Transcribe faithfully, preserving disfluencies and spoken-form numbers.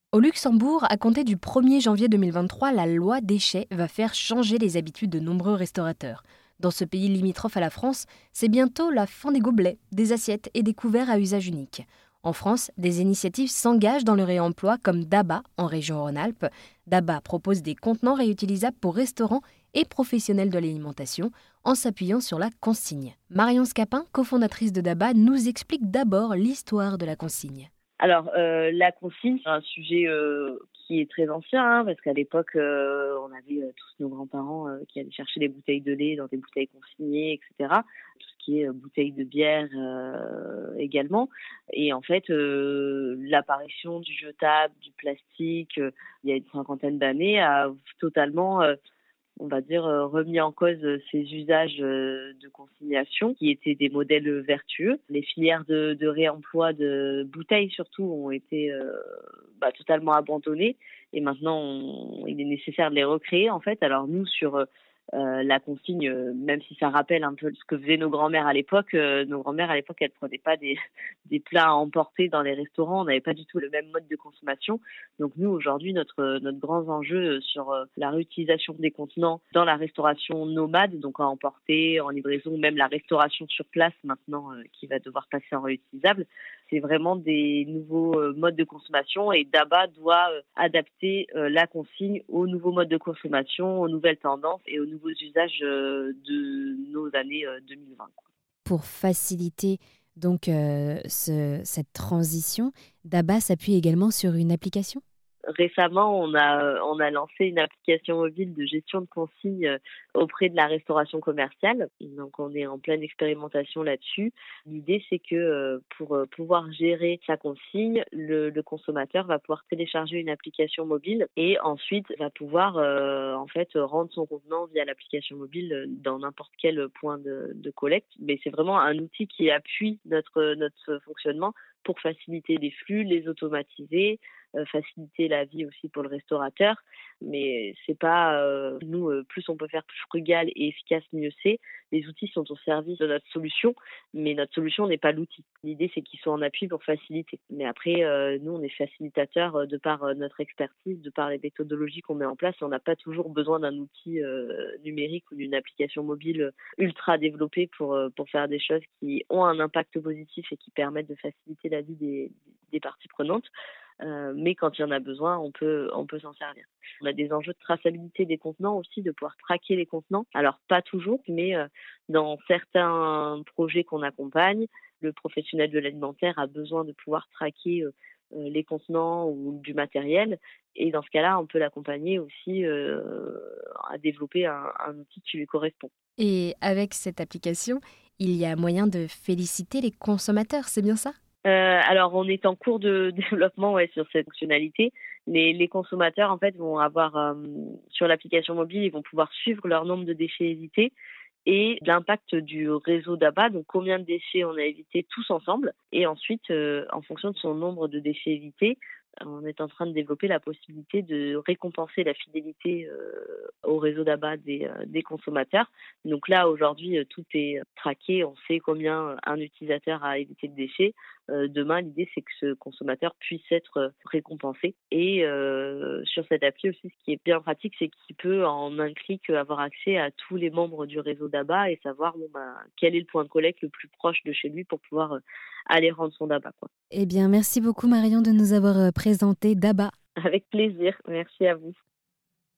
Au Luxembourg, à compter du premier janvier deux mille vingt-trois, la loi déchets va faire changer les habitudes de nombreux restaurateurs. Dans ce pays limitrophe à la France, c'est bientôt la fin des gobelets, des assiettes et des couverts à usage unique. En France, des initiatives s'engagent dans le réemploi comme Daba en région Rhône-Alpes. Daba propose des contenants réutilisables pour restaurants et professionnels de l'alimentation en s'appuyant sur la consigne. Marion Scapin, cofondatrice de Daba, nous explique d'abord l'histoire de la consigne. Alors, euh, la consigne, c'est un sujet euh, qui est très ancien, hein, parce qu'à l'époque, euh, on avait euh, tous nos grands-parents euh, qui allaient chercher des bouteilles de lait dans des bouteilles consignées, et cetera. Tout ce qui est euh, bouteilles de bière euh, également. Et en fait, euh, l'apparition du jetable, du plastique, euh, il y a une cinquantaine d'années, a totalement... Euh, on va dire, euh, remis en cause euh, ces usages euh, de consignation qui étaient des modèles vertueux. Les filières de, de réemploi de bouteilles surtout ont été euh, bah, totalement abandonnées et maintenant on, il est nécessaire de les recréer en fait. Alors nous sur euh, euh, la consigne, euh, même si ça rappelle un peu ce que faisaient nos grands-mères à l'époque, euh, nos grands-mères à l'époque elles prenaient pas des, des plats à emporter dans les restaurants, on n'avait pas du tout le même mode de consommation. Donc nous aujourd'hui notre notre grand enjeu sur euh, la réutilisation des contenants dans la restauration nomade, donc à emporter, en livraison, même la restauration sur place maintenant euh, qui va devoir passer en réutilisable, c'est vraiment des nouveaux euh, modes de consommation et Daba doit euh, adapter euh, la consigne aux nouveaux modes de consommation, aux nouvelles tendances et aux nouveaux usages euh, de nos années euh, deux mille vingt. Pour faciliter donc euh, ce- cette transition, Daba s'appuie également sur une application. Récemment, on a, on a lancé une application mobile de gestion de consignes auprès de la restauration commerciale. Donc, on est en pleine expérimentation là-dessus. L'idée, c'est que euh, pour euh, pouvoir gérer sa consigne, le, le consommateur va pouvoir télécharger une application mobile et ensuite va pouvoir euh, en fait rendre son contenant via l'application mobile dans n'importe quel point de, de collecte. Mais c'est vraiment un outil qui appuie notre, notre fonctionnement pour faciliter les flux, les automatiser, euh, faciliter la vie aussi pour le restaurateur. Mais c'est pas euh, nous euh, plus on peut faire plus frugal et efficace, mieux c'est. Les outils sont au service de notre solution, mais notre solution n'est pas l'outil. L'idée c'est qu'ils soient en appui pour faciliter. Mais après euh, nous on est facilitateurs euh, de par euh, notre expertise, de par les méthodologies qu'on met en place. On n'a pas toujours besoin d'un outil euh, numérique ou d'une application mobile ultra développée pour euh, pour faire des choses qui ont un impact positif et qui permettent de faciliter la vie des, des parties prenantes. Euh, mais quand il y en a besoin, on peut, on peut s'en servir. On a des enjeux de traçabilité des contenants aussi, de pouvoir traquer les contenants. Alors, pas toujours, mais euh, dans certains projets qu'on accompagne, le professionnel de l'alimentaire a besoin de pouvoir traquer euh, euh, les contenants ou du matériel. Et dans ce cas-là, on peut l'accompagner aussi euh, à développer un, un outil qui lui correspond. Et avec cette application, il y a moyen de féliciter les consommateurs, c'est bien ça ? Euh, alors, on est en cours de développement ouais, sur cette fonctionnalité. Les, les consommateurs, en fait, vont avoir, euh, sur l'application mobile, ils vont pouvoir suivre leur nombre de déchets évités et l'impact du réseau Daba, donc combien de déchets on a évité tous ensemble. Et ensuite, euh, en fonction de son nombre de déchets évités, on est en train de développer la possibilité de récompenser la fidélité euh, au réseau Daba des, euh, des consommateurs. Donc là, aujourd'hui, euh, tout est traqué. On sait combien un utilisateur a évité de déchets. Euh, demain, l'idée, c'est que ce consommateur puisse être récompensé. Et euh, sur cette appli aussi, ce qui est bien pratique, c'est qu'il peut en un clic avoir accès à tous les membres du réseau Daba et savoir bon, bah, quel est le point de collecte le plus proche de chez lui pour pouvoir euh, aller rendre son Daba, quoi. Eh bien, merci beaucoup Marion de nous avoir présenté Daba. Avec plaisir. Merci à vous.